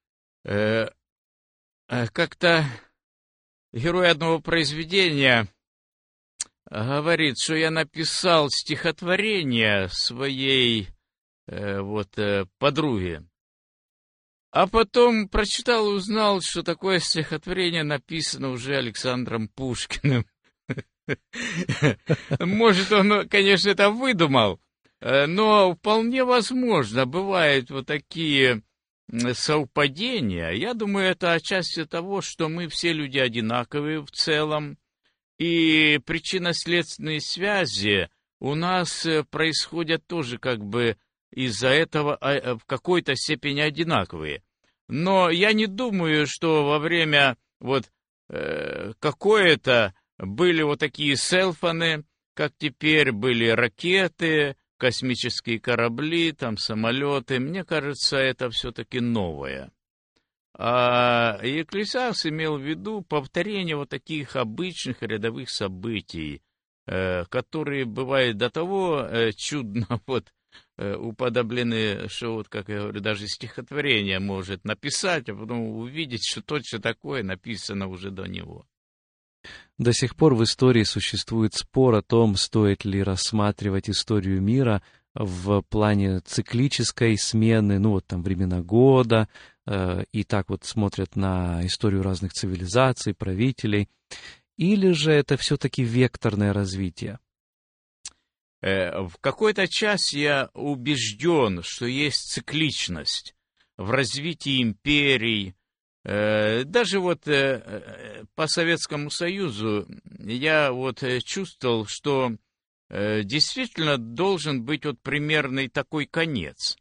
Как-то герой одного произведения говорит, что я написал стихотворение своей вот, подруге, а потом прочитал и узнал, что такое стихотворение написано уже Александром Пушкиным. Может, он, конечно, это выдумал, но вполне возможно, бывают вот такие совпадения. Я думаю, это отчасти того, что мы все люди одинаковые в целом, и причинно-следственные связи у нас происходят тоже как бы из-за этого в какой-то степени одинаковые. Но я не думаю, что во время вот э, какое-то были вот такие селфоны, как теперь были ракеты, космические корабли, там самолеты. Мне кажется, это все-таки новое. А Екклесиаст имел в виду повторение вот таких обычных рядовых событий, которые бывают до того чудно вот уподоблены, что вот, как я говорю, даже стихотворение может написать, а потом увидеть, что точно такое написано уже до него. До сих пор в истории существует спор о том, стоит ли рассматривать историю мира в плане циклической смены, ну вот там времена года, э, и так вот смотрят на историю разных цивилизаций, правителей, или же это все-таки векторное развитие? Э, в какой-то час я убежден, что есть цикличность в развитии империй. Э, даже вот э, по Советскому Союзу я вот чувствовал, что действительно должен быть вот примерный такой конец.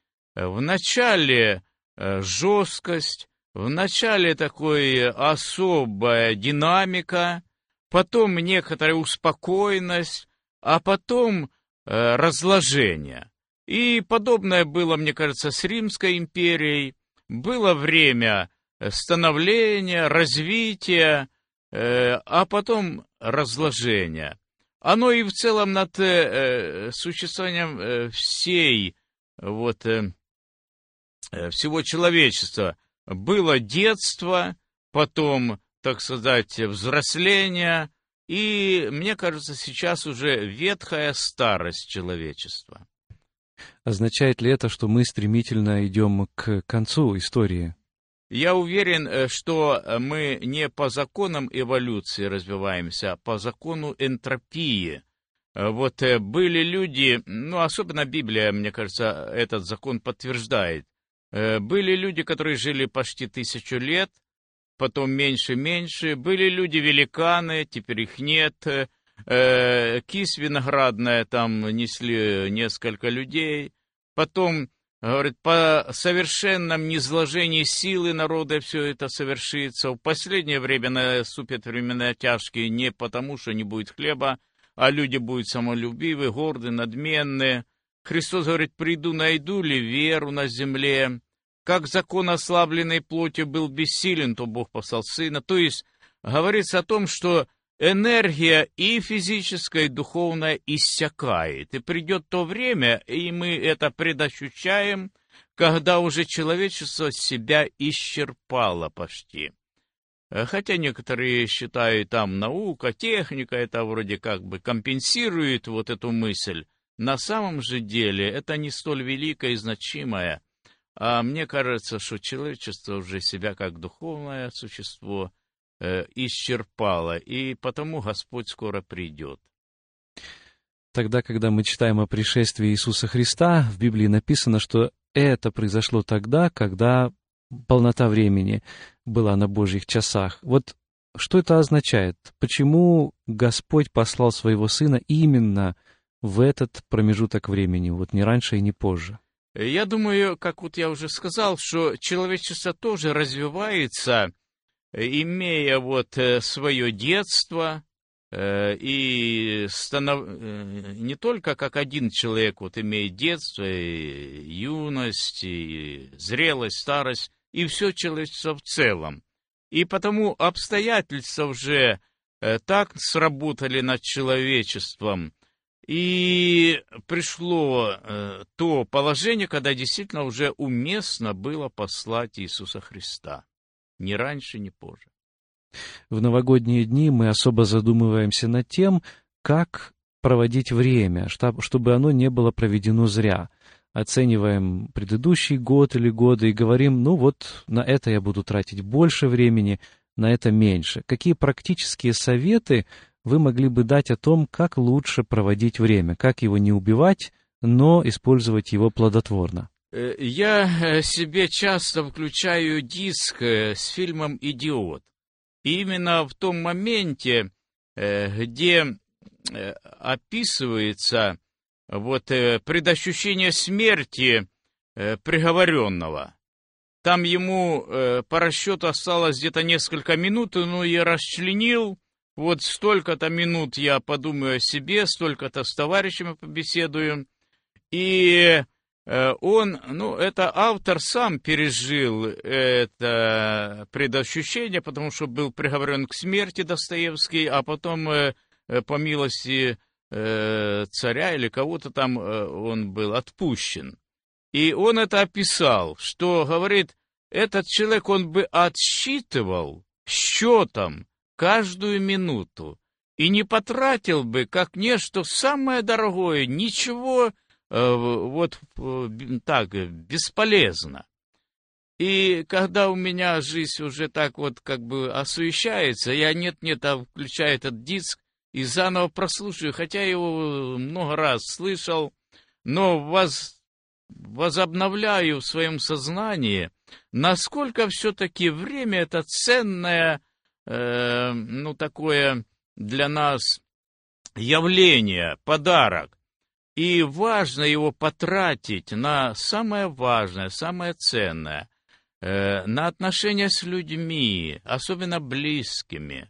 Вначале жесткость, вначале такой особая динамика, потом некоторая успокоенность, а потом разложение. И подобное было, мне кажется, с Римской империей. Было время становления, развития, а потом разложения. Оно и в целом над э, существованием э, всей, вот, э, всего человечества было детство, потом, так сказать, взросление, и, мне кажется, сейчас уже ветхая старость человечества. Означает ли это, что мы стремительно идем к концу истории? Я уверен, что мы не по законам эволюции развиваемся, а по закону энтропии. Вот были люди, ну, особенно Библия, мне кажется, этот закон подтверждает. Были люди, которые жили почти тысячу лет, потом меньше-меньше. Были люди-великаны, теперь их нет. Кись виноградная, там несли несколько людей. Потом... Говорит, по совершенном низложении силы народа все это совершится. В последнее время наступят времена тяжкие не потому, что не будет хлеба, а люди будут самолюбивы, горды, надменные. Христос говорит, приду, найду ли веру на земле. Как закон ослабленной плоти был бессилен, то Бог послал Сына. То есть говорится о том, что энергия и физическая, и духовная иссякает. И придет то время, и мы это предощущаем, когда уже человечество себя исчерпало почти. Хотя некоторые считают, там наука, техника, это вроде как бы компенсирует вот эту мысль. На самом же деле это не столь великое и значимое. А мне кажется, что человечество уже себя как духовное существо исчерпало, и потому Господь скоро придет. Тогда, когда мы читаем о пришествии Иисуса Христа, в Библии написано, что это произошло тогда, когда полнота времени была на Божьих часах. Вот что это означает? Почему Господь послал своего Сына именно в этот промежуток времени, вот не раньше и не позже? Я думаю, как вот я уже сказал, что человечество тоже развивается, имея вот свое детство, и станов... не только как один человек вот имеет детство, и юность, и зрелость, старость, и все человечество в целом. И потому обстоятельства уже так сработали над человечеством, и пришло то положение, когда действительно уже уместно было послать Иисуса Христа. Ни раньше, ни позже. В новогодние дни мы особо задумываемся над тем, как проводить время, чтобы оно не было проведено зря. Оцениваем предыдущий год или годы и говорим, ну вот на это я буду тратить больше времени, на это меньше. Какие практические советы вы могли бы дать о том, как лучше проводить время, как его не убивать, но использовать его плодотворно? Я себе часто включаю диск с фильмом «Идиот». И именно в том моменте, где описывается вот предощущение смерти приговоренного. Там ему по расчету осталось где-то несколько минут, но я расчленил. Вот столько-то минут я подумаю о себе, столько-то с товарищами побеседую. И он, ну, это автор сам пережил это предощущение, потому что был приговорен к смерти Достоевский, а потом, по милости царя или кого-то там, он был отпущен. И он это описал, что, говорит, этот человек, он бы отсчитывал счетом каждую минуту и не потратил бы, как нечто самое дорогое, ничего вот так бесполезно. И когда у меня жизнь уже так вот как бы осуещается, я нет-нет, а включаю этот диск и заново прослушаю, хотя его много раз слышал, но воз, возобновляю в своем сознании, насколько все-таки время это ценное, э, ну такое для нас явление, подарок. И важно его потратить на самое важное, самое ценное, э, на отношения с людьми, особенно близкими.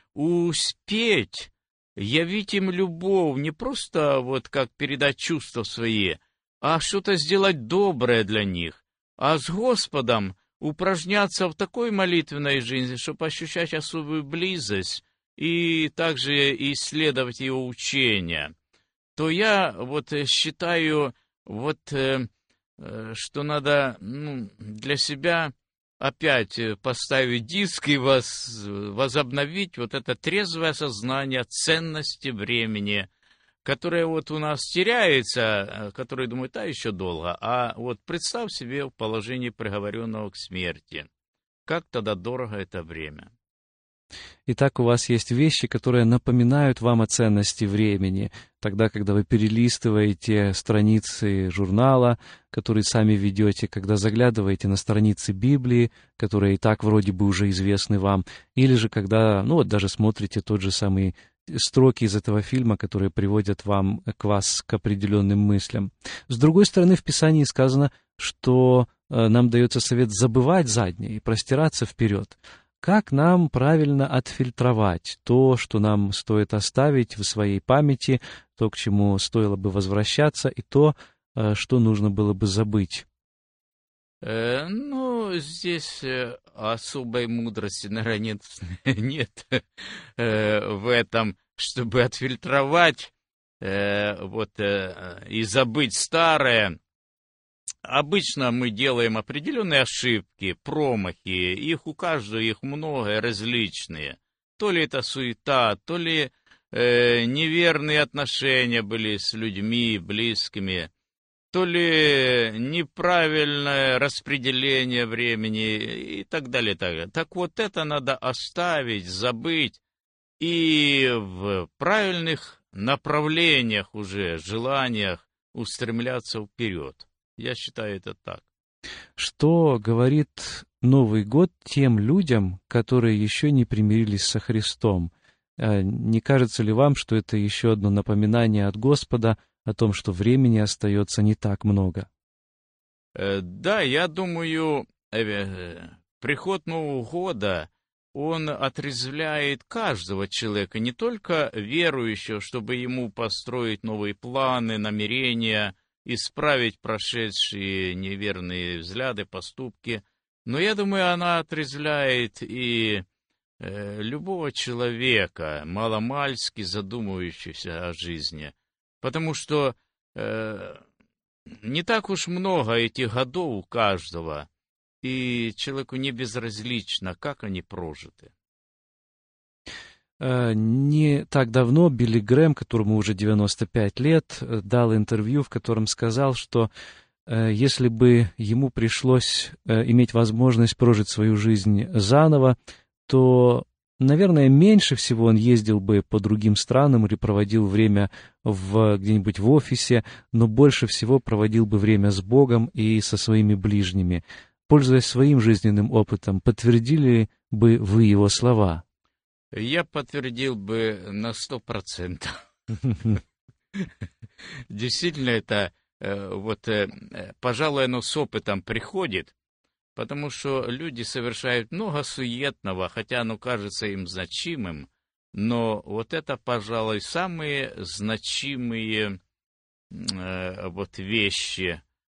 Успеть явить им любовь, не просто вот как передать чувства свои, а что-то сделать доброе для них, а с Господом упражняться в такой молитвенной жизни, чтобы ощущать особую близость и также исследовать его учения. То я вот считаю, вот, э, что надо ну, для себя опять поставить диск и воз, возобновить вот это трезвое сознание ценности времени, которое вот у нас теряется, которое думают, а еще долго. А вот представь себе в положении приговоренного к смерти. Как тогда дорого это время. Итак, у вас есть вещи, которые напоминают вам о ценности времени, тогда, когда вы перелистываете страницы журнала, который сами ведете, когда заглядываете на страницы Библии, которые и так вроде бы уже известны вам, или же когда, ну вот даже смотрите тот же самый строки из этого фильма, которые приводят вам, к вас к определенным мыслям. С другой стороны, в Писании сказано, что э, нам дается совет забывать заднее и простираться вперед. Как нам правильно отфильтровать то, что нам стоит оставить в своей памяти, то, к чему стоило бы возвращаться, и то, что нужно было бы забыть? Э, ну, здесь особой мудрости, наверное, нет, нет э, в этом, чтобы отфильтровать э, вот, э, и забыть старое. Обычно мы делаем определенные ошибки, промахи, их у каждого, их много, различные. То ли это суета, то ли э, неверные отношения были с людьми, близкими, то ли неправильное распределение времени и так далее. Так, далее. Так вот это надо оставить, забыть и в правильных направлениях уже, желаниях устремляться вперед. Я считаю это так. Что говорит Новый год тем людям, которые еще не примирились со Христом? Не кажется ли вам, что это еще одно напоминание от Господа о том, что времени остается не так много? Да, я думаю, приход Нового года, он отрезвляет каждого человека, не только верующего, чтобы ему построить новые планы, намерения, исправить прошедшие неверные взгляды, поступки. Но я думаю, она отрезвляет и э, любого человека, маломальски задумывающегося о жизни. Потому что э, не так уж много этих годов у каждого, и человеку не безразлично, как они прожиты. Не так давно Билли Грэм, которому уже девяносто пять лет, дал интервью, в котором сказал, что если бы ему пришлось иметь возможность прожить свою жизнь заново, то, наверное, меньше всего он ездил бы по другим странам или проводил время в, где-нибудь в офисе, но больше всего проводил бы время с Богом и со своими ближними. Пользуясь своим жизненным опытом, подтвердили бы вы его слова? Я подтвердил бы на сто процентов. Действительно, это, вот, пожалуй, оно с опытом приходит, потому что люди совершают много суетного, хотя оно кажется им значимым, но вот это, пожалуй, самые значимые вот вещи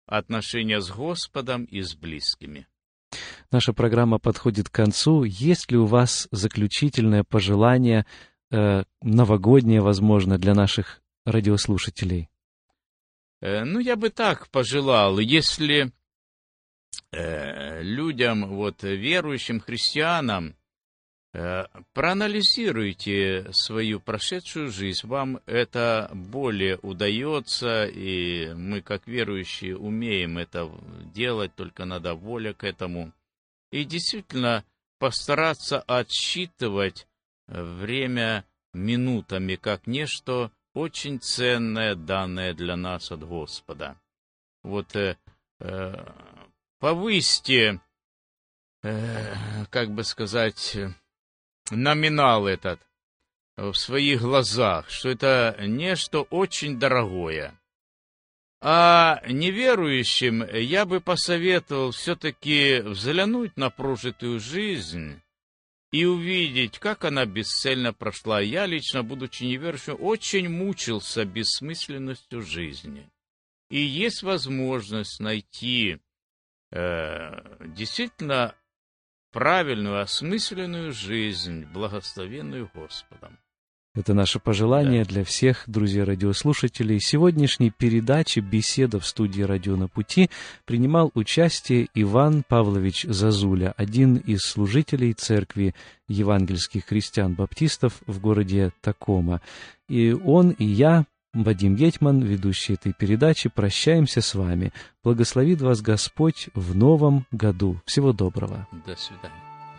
отношения с Господом и с близкими. Наша программа подходит к концу. Есть ли у вас заключительное пожелание, э, новогоднее, возможно, для наших радиослушателей? Э, ну, я бы так пожелал, если э, людям, вот, верующим христианам, э, проанализируйте свою прошедшую жизнь. Вам это более удается, и мы, как верующие, умеем это делать, только надо воля к этому. И действительно постараться отсчитывать время минутами, как нечто очень ценное, данное для нас от Господа. Вот э, э, повысьте, э, как бы сказать, номинал этот в своих глазах, что это нечто очень дорогое. А неверующим я бы посоветовал все-таки взглянуть на прожитую жизнь и увидеть, как она бесцельно прошла. Я лично, будучи неверующим, очень мучился бессмысленностью жизни. И есть возможность найти э, действительно правильную, осмысленную жизнь, благословенную Господом. Это наше пожелание для всех, друзья радиослушателей. В сегодняшней передаче «Беседа» в студии «Радио на пути» принимал участие Иван Павлович Зазуля, один из служителей церкви евангельских христиан-баптистов в городе Такома. И он, и я, Вадим Гетман, ведущий этой передачи, прощаемся с вами. Благословит вас Господь в новом году. Всего доброго. До свидания.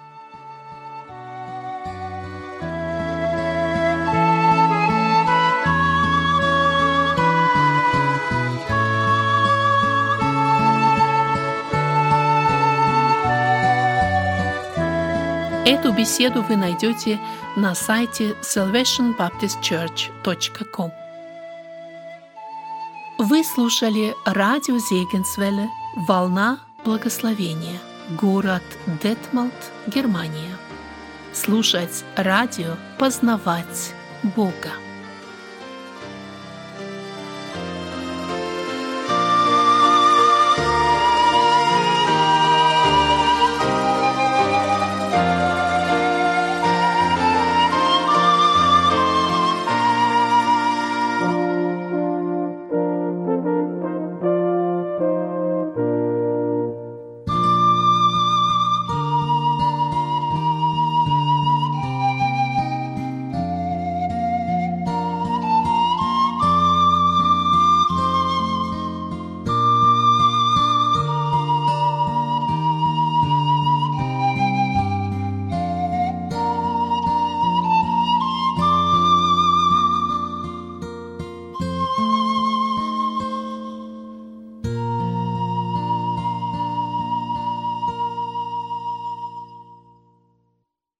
Эту беседу вы найдете на сайте салвейшн баптист черч точка ком. Вы слушали радио Зегенсвелле «Волна благословения», город Детмолд, Германия. Слушать радио, познавать Бога.